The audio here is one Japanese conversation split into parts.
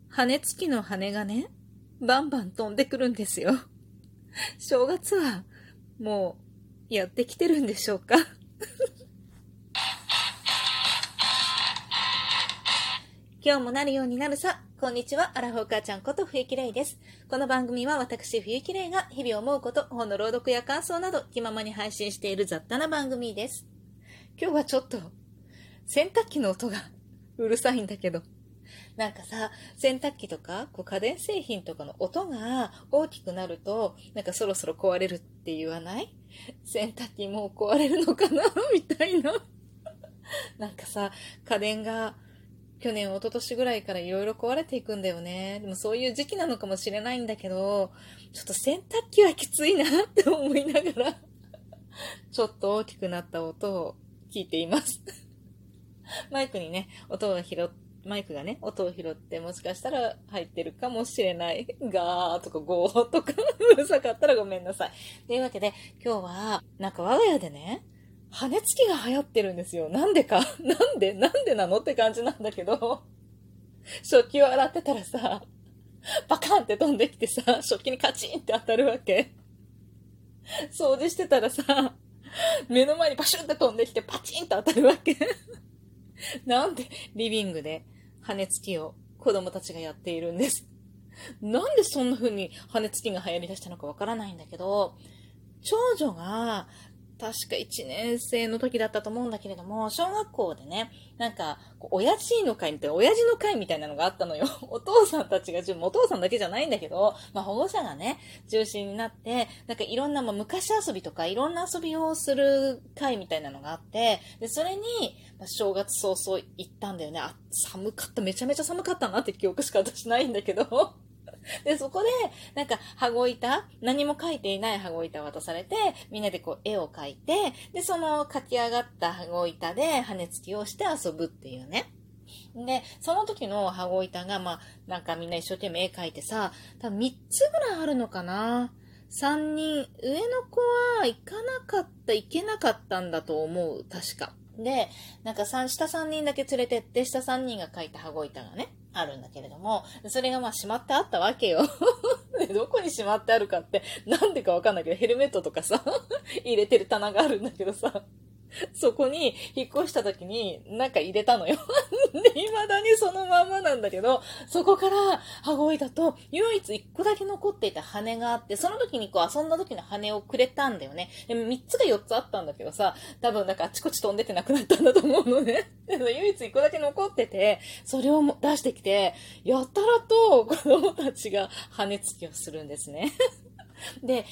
羽付きの羽がね、バンバン飛んでくるんですよ。正月はもうやってきてるんでしょうか。今日もなるようになるさ。こんにちは、アラフォー母ちゃんこと冬木玲です。この番組は私冬木玲が日々思うこと、本の朗読や感想など気ままに配信している雑多な番組です。今日はちょっと洗濯機の音がうるさいんだけど、なんかさ、洗濯機とか家電製品とかの音が大きくなると、なんかそろそろ壊れるって言わない？洗濯機もう壊れるのかなみたいな。なんかさ、家電が去年、一昨年ぐらいからいろいろ壊れていくんだよね。でもそういう時期なのかもしれないんだけど、ちょっと洗濯機はきついなって思いながら、ちょっと大きくなった音を聞いています。マイクにね、マイクがね、音を拾ってもしかしたら入ってるかもしれない。ガーとかゴーとかうるさかったらごめんなさい。というわけで、今日は、なんか我が家でね、羽根つきが流行ってるんですよ。なんでかなんでなのって感じなんだけど、食器を洗ってたらさ、バカンって飛んできてさ、食器にカチンって当たるわけ。掃除してたらさ、目の前にパシュンって飛んできてパチンと当たるわけ。なんでリビングで羽根つきを子供たちがやっているんです。なんでそんな風に羽根つきが流行り出したのかわからないんだけど、長女が確か1年生の時だったと思うんだけれども、小学校でね、なんか、親父の会みたいな、親父の会みたいなのがあったのよ。お父さんたちが、お父さんだけじゃないんだけど、保護者がね、中心になって、なんかいろんな、昔遊びとかいろんな遊びをする会みたいなのがあって、で、それに、正月早々行ったんだよね。寒かった、めちゃめちゃ寒かったなって記憶しか私ないんだけど、で、そこで、なんか、何も書いていない羽子板を渡されて、みんなで絵を描いて、で、その描き上がった羽子板で羽付きをして遊ぶっていうね。で、その時の羽子板が、なんかみんな一生懸命絵描いてさ、多分3つぐらいあるのかな。3人、上の子は行けなかったんだと思う、確か。で、なんか下3人だけ連れてって、下3人が描いた羽子板がね、あるんだけれども、それがしまってあったわけよ。どこにしまってあるかって、なんでかわかんないけど、ヘルメットとかさ、入れてる棚があるんだけどさ、そこに引っ越した時になんか入れたのよ。で、未だにそのままなんだけど、そこから羽子板と唯一1個だけ残っていた羽があって、その時に遊んだ時の羽をくれたんだよね。でも3つか4つあったんだけどさ、多分なんかあちこち飛んでてなくなったんだと思うのね。唯一1個だけ残ってて、それを出してきて、やたらと子供たちが羽付きをするんですね。で、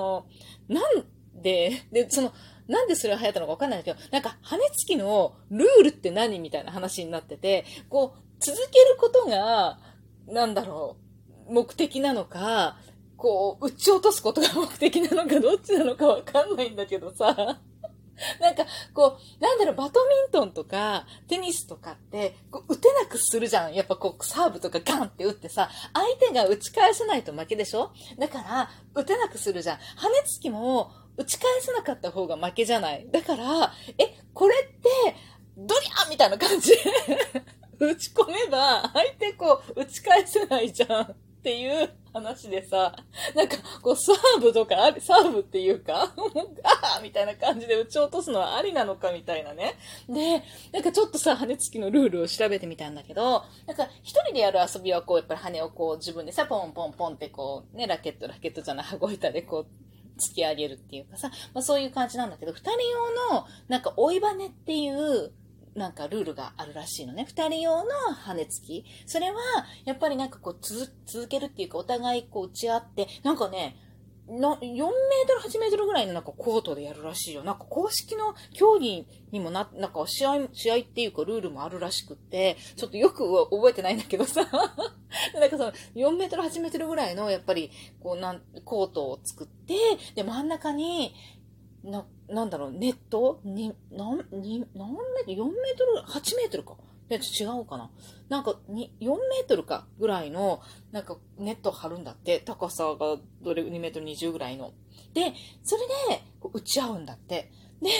なんでそれが流行ったのかわかんないんだけど、なんか、羽根付きのルールって何みたいな話になってて、続けることが、目的なのか、撃ち落とすことが目的なのか、どっちなのかわかんないんだけどさ、なんか、バドミントンとか、テニスとかって、打てなくするじゃん。やっぱサーブとかガンって打ってさ、相手が打ち返せないと負けでしょ？だから、打てなくするじゃん。羽根つきも、打ち返せなかった方が負けじゃない。だから、これって、ドリャーみたいな感じで打ち込めば、相手打ち返せないじゃん。っていう話でさ、なんか、サーブっていうか、あーみたいな感じで打ち落とすのはありなのかみたいなね。で、なんかちょっとさ、羽根付きのルールを調べてみたんだけど、なんか一人でやる遊びはやっぱり羽を自分でさ、ポンポンポンってラケットじゃない、羽子板で突き上げるっていうかさ、そういう感じなんだけど、二人用の、なんか追い羽っていう、なんかルールがあるらしいのね。二人用の羽付き。それは、やっぱりなんか続けるっていうか、お互い打ち合って、なんかね、4メートル、8メートルぐらいのなんかコートでやるらしいよ。なんか公式の競技にもなんか試合っていうかルールもあるらしくって、ちょっとよく覚えてないんだけどさ。なんか4メートル、8メートルぐらいの、やっぱり、コートを作って、で、真ん中に、ネットに、何メートル ?4 メートル ?8 メートルか。違うかな。なんか、4メートルかぐらいの、なんか、ネットを張るんだって。高さが2メートル20ぐらいの。で、それで、打ち合うんだって。で、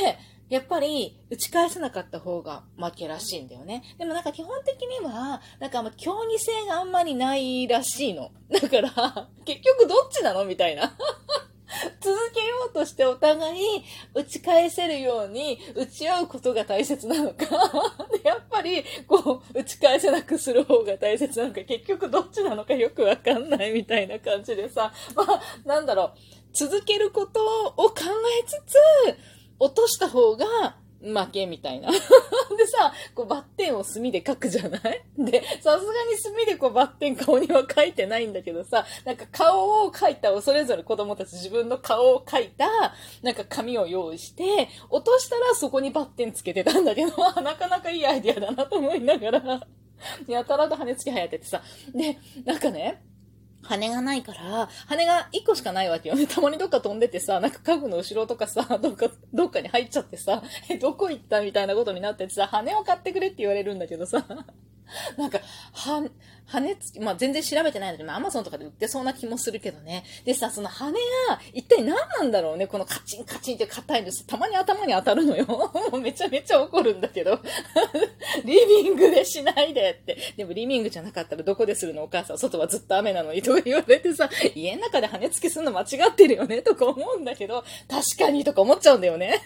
やっぱり打ち返せなかった方が負けらしいんだよね。でもなんか基本的には、なんか競技性があんまりないらしいの。だから、結局どっちなのみたいな。続けようとしてお互い打ち返せるように打ち合うことが大切なのかやっぱり打ち返せなくする方が大切なのか、結局どっちなのかよくわかんないみたいな感じでさ、続けることを考えつつ落とした方が負けみたいな。でさ、バッテンを墨で書くじゃない？で、さすがに墨でバッテン顔には書いてないんだけどさ、なんか顔を描いた、それぞれ子供たち自分の顔を描いた、なんか紙を用意して、落としたらそこにバッテンつけてたんだけど、なかなかいいアイディアだなと思いながら、やたらと羽付き流行っててさ、で、なんかね、羽がないから、羽が1個しかないわけよね。たまにどっか飛んでてさ、なんか家具の後ろとかさ、どっかに入っちゃってさ、どこ行ったみたいなことになっててさ、羽を買ってくれって言われるんだけどさ、なんか、羽付き、全然調べてないので、アマゾンとかで売ってそうな気もするけどね。でさ、その羽が一体何なんだろうね、このカチンカチンって硬いのさ、たまに頭に当たるのよ。もうめちゃめちゃ怒るんだけど。リビングでしないでって。でもリビングじゃなかったらどこでするのお母さん、外はずっと雨なのにとか言われてさ、家の中で羽付きするの間違ってるよねとか思うんだけど、確かにとか思っちゃうんだよね。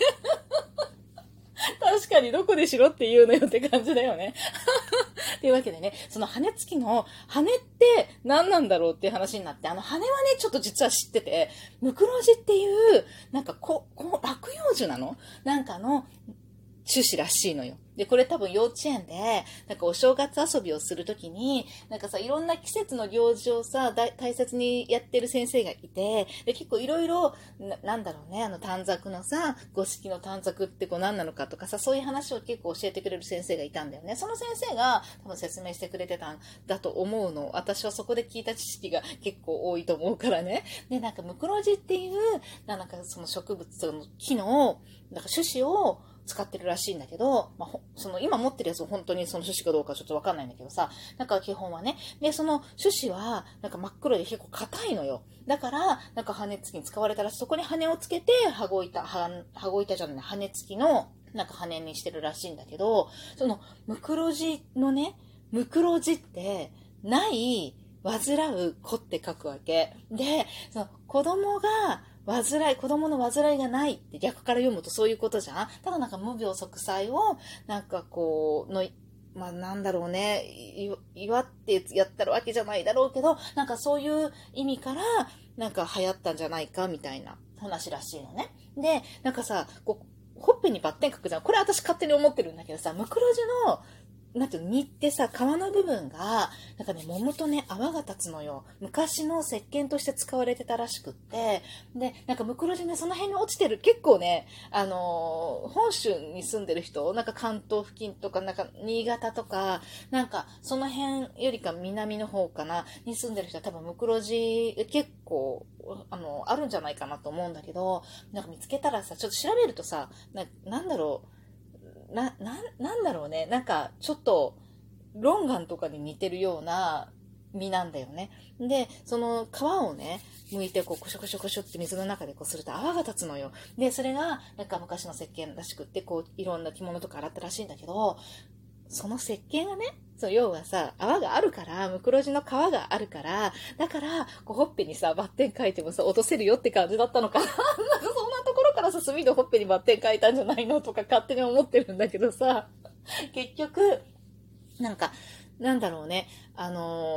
確かにどこでしろって言うのよって感じだよね。というわけでね、その羽付きの、羽って何なんだろうっていう話になって、羽はね、ちょっと実は知ってて、ムクロジっていう、なんか落葉樹なの？なんか種子らしいのよ。で、これ多分幼稚園で、なんかお正月遊びをするときに、なんかさ、いろんな季節の行事をさ、大切にやってる先生がいて、で、結構いろいろ、なんだろうね、短冊のさ、五色の短冊って何なのかとかさ、そういう話を結構教えてくれる先生がいたんだよね。その先生が多分説明してくれてたんだと思うの。私はそこで聞いた知識が結構多いと思うからね。で、なんかムクロジっていう、なんかその植物、その木の、なんか種子を、使ってるらしいんだけど、その今持ってるやつは本当にその種子かどうかちょっとわかんないんだけどさ、なんか基本はね。で、その種子はなんか真っ黒で結構硬いのよ。だから、なんか羽付きに使われたらそこに羽をつけて、羽子板じゃない、羽付きのなんか羽にしてるらしいんだけど、そのムクロジのね、ムクロジってない患う子って書くわけ。で、その子供の患いがないって逆から読むとそういうことじゃん。ただなんか無病息災を、なんかなんだろうね、祝ってやったわけじゃないだろうけど、なんかそういう意味から、なんか流行ったんじゃないかみたいな話らしいのね。で、なんかさ、ほっぺにバッテン書くじゃん。これ私勝手に思ってるんだけどさ、ムクロジの、なんて実ってさ、皮の部分が、なんかね、揉むとね、泡が立つのよ。昔の石鹸として使われてたらしくって、で、なんかムクロジね、その辺に落ちてる、結構ね、本州に住んでる人、なんか関東付近とか、なんか新潟とか、なんかその辺よりか南の方かな、に住んでる人は多分ムクロジ結構、あるんじゃないかなと思うんだけど、なんか見つけたらさ、ちょっと調べるとさ、なんだろう、なんだろうね。なんか、ちょっと、ロンガンとかに似てるような実なんだよね。で、その皮をね、剥いて、コショコショコショって水の中ですると泡が立つのよ。で、それが、なんか昔の石鹸らしくって、いろんな着物とか洗ったらしいんだけど、その石鹸がね、要はさ、泡があるから、ムクロジの皮があるから、だから、ほっぺにさ、バッテン書いてもさ、落とせるよって感じだったのかな。なんかそんなところからさ、墨でほっぺにバッテン書いたんじゃないのとか勝手に思ってるんだけどさ、結局、なんか、なんだろうね、何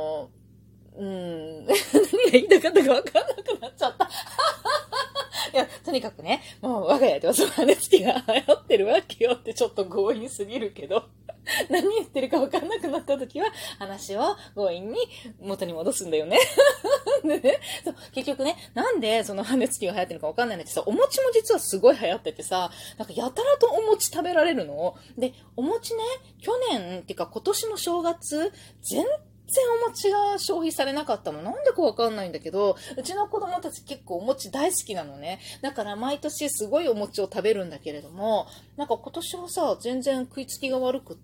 が言いたかったか分かんなくなっちゃった。いや、とにかくね、もう我が家ではその羽付きが流行ってるわけよってちょっと強引すぎるけど、何言ってるか分かんなくなった時は話を強引に元に戻すんだよね。でね、結局ね、なんでその羽付きが流行ってるのか分かんないんだけどさ、お餅も実はすごい流行っててさ、なんかやたらとお餅食べられるの。で、お餅ね、去年っていうか今年の正月、全然お餅が消費されなかったの。なんでかわかんないんだけど、うちの子供たち結構お餅大好きなのね。だから毎年すごいお餅を食べるんだけれども、 なんか今年はさ、全然食いつきが悪くって、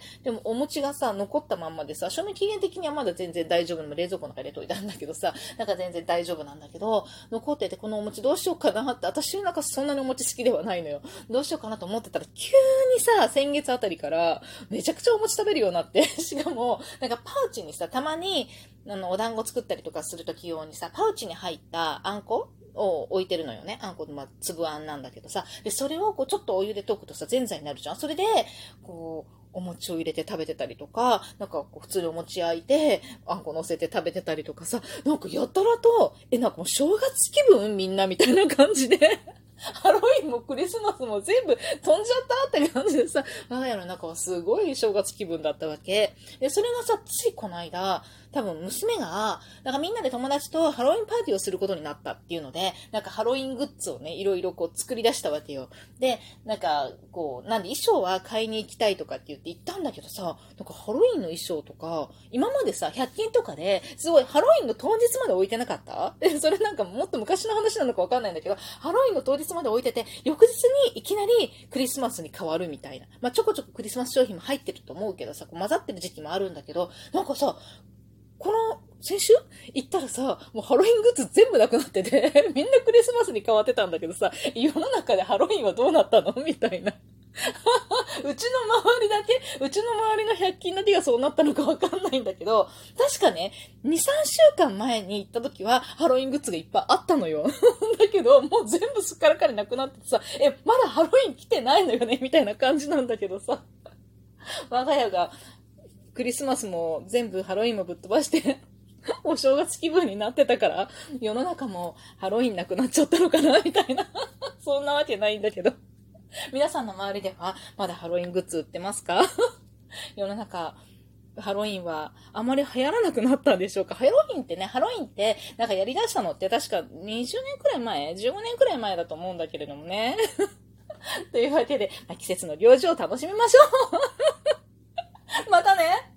でもお餅がさ、残ったまんまでさ、賞味期限的にはまだ全然大丈夫なの、冷蔵庫の中に入れといたんだけどさ、なんか全然大丈夫なんだけど、残っててこのお餅どうしようかなって、私なんかそんなにお餅好きではないのよ。どうしようかなと思ってたら、急にさ、先月あたりから、めちゃくちゃお餅食べるようになって、しかも、なんかパウチにさ、たまに、お団子作ったりとかするとき用にさ、パウチに入ったあんこを置いてるのよね。あんこの、粒あんなんだけどさ。で、それをこうちょっとお湯で溶くとさ、ぜんざいになるじゃん。それで、こう、お餅を入れて食べてたりとか、なんかこう普通にお餅焼いて、あんこ乗せて食べてたりとかさ、なんかやたらと、なんかもう正月気分みんなみたいな感じで。ハロウィンもクリスマスも全部飛んじゃったって感じでさ、我が家の中はすごい正月気分だったわけ。で、それがさ、ついこの間、多分娘が、なんかみんなで友達とハロウィンパーティーをすることになったっていうので、なんかハロウィングッズをね、いろいろこう作り出したわけよ。で、なんか、こう、なんで衣装は買いに行きたいとかって言って行ったんだけどさ、なんかハロウィンの衣装とか、今までさ、100均とかですごいハロウィンの当日まで置いてなかったで、それなんかもっと昔の話なのかわかんないんだけど、ハロウィンの当日まで置いてて、翌日にいきなりクリスマスに変わるみたいな。まあ、ちょこちょこクリスマス商品も入ってると思うけどさ、こう混ざってる時期もあるんだけど、なんかさ、この、先週行ったらさ、もうハロウィングッズ全部なくなってて、みんなクリスマスに変わってたんだけどさ、世の中でハロウィンはどうなったのみたいな。うちの周りだけ、うちの周りの100均だけがそうなったのかわかんないんだけど、確かね、2、3週間前に行った時はハロウィングッズがいっぱいあったのよ。だけど、もう全部すっからかりなくなってさ、まだハロウィン来てないのよねみたいな感じなんだけどさ。我が家がクリスマスも全部ハロウィンもぶっ飛ばしてお正月気分になってたから世の中もハロウィンなくなっちゃったのかなみたいなそんなわけないんだけど皆さんの周りではまだハロウィングッズ売ってますか世の中ハロウィンはあまり流行らなくなったんでしょうか。ハロウィンってね、ハロウィンってなんかやり出したのって確か20年くらい前、15年くらい前だと思うんだけれどもねというわけで、季節の行事を楽しみましょうまたね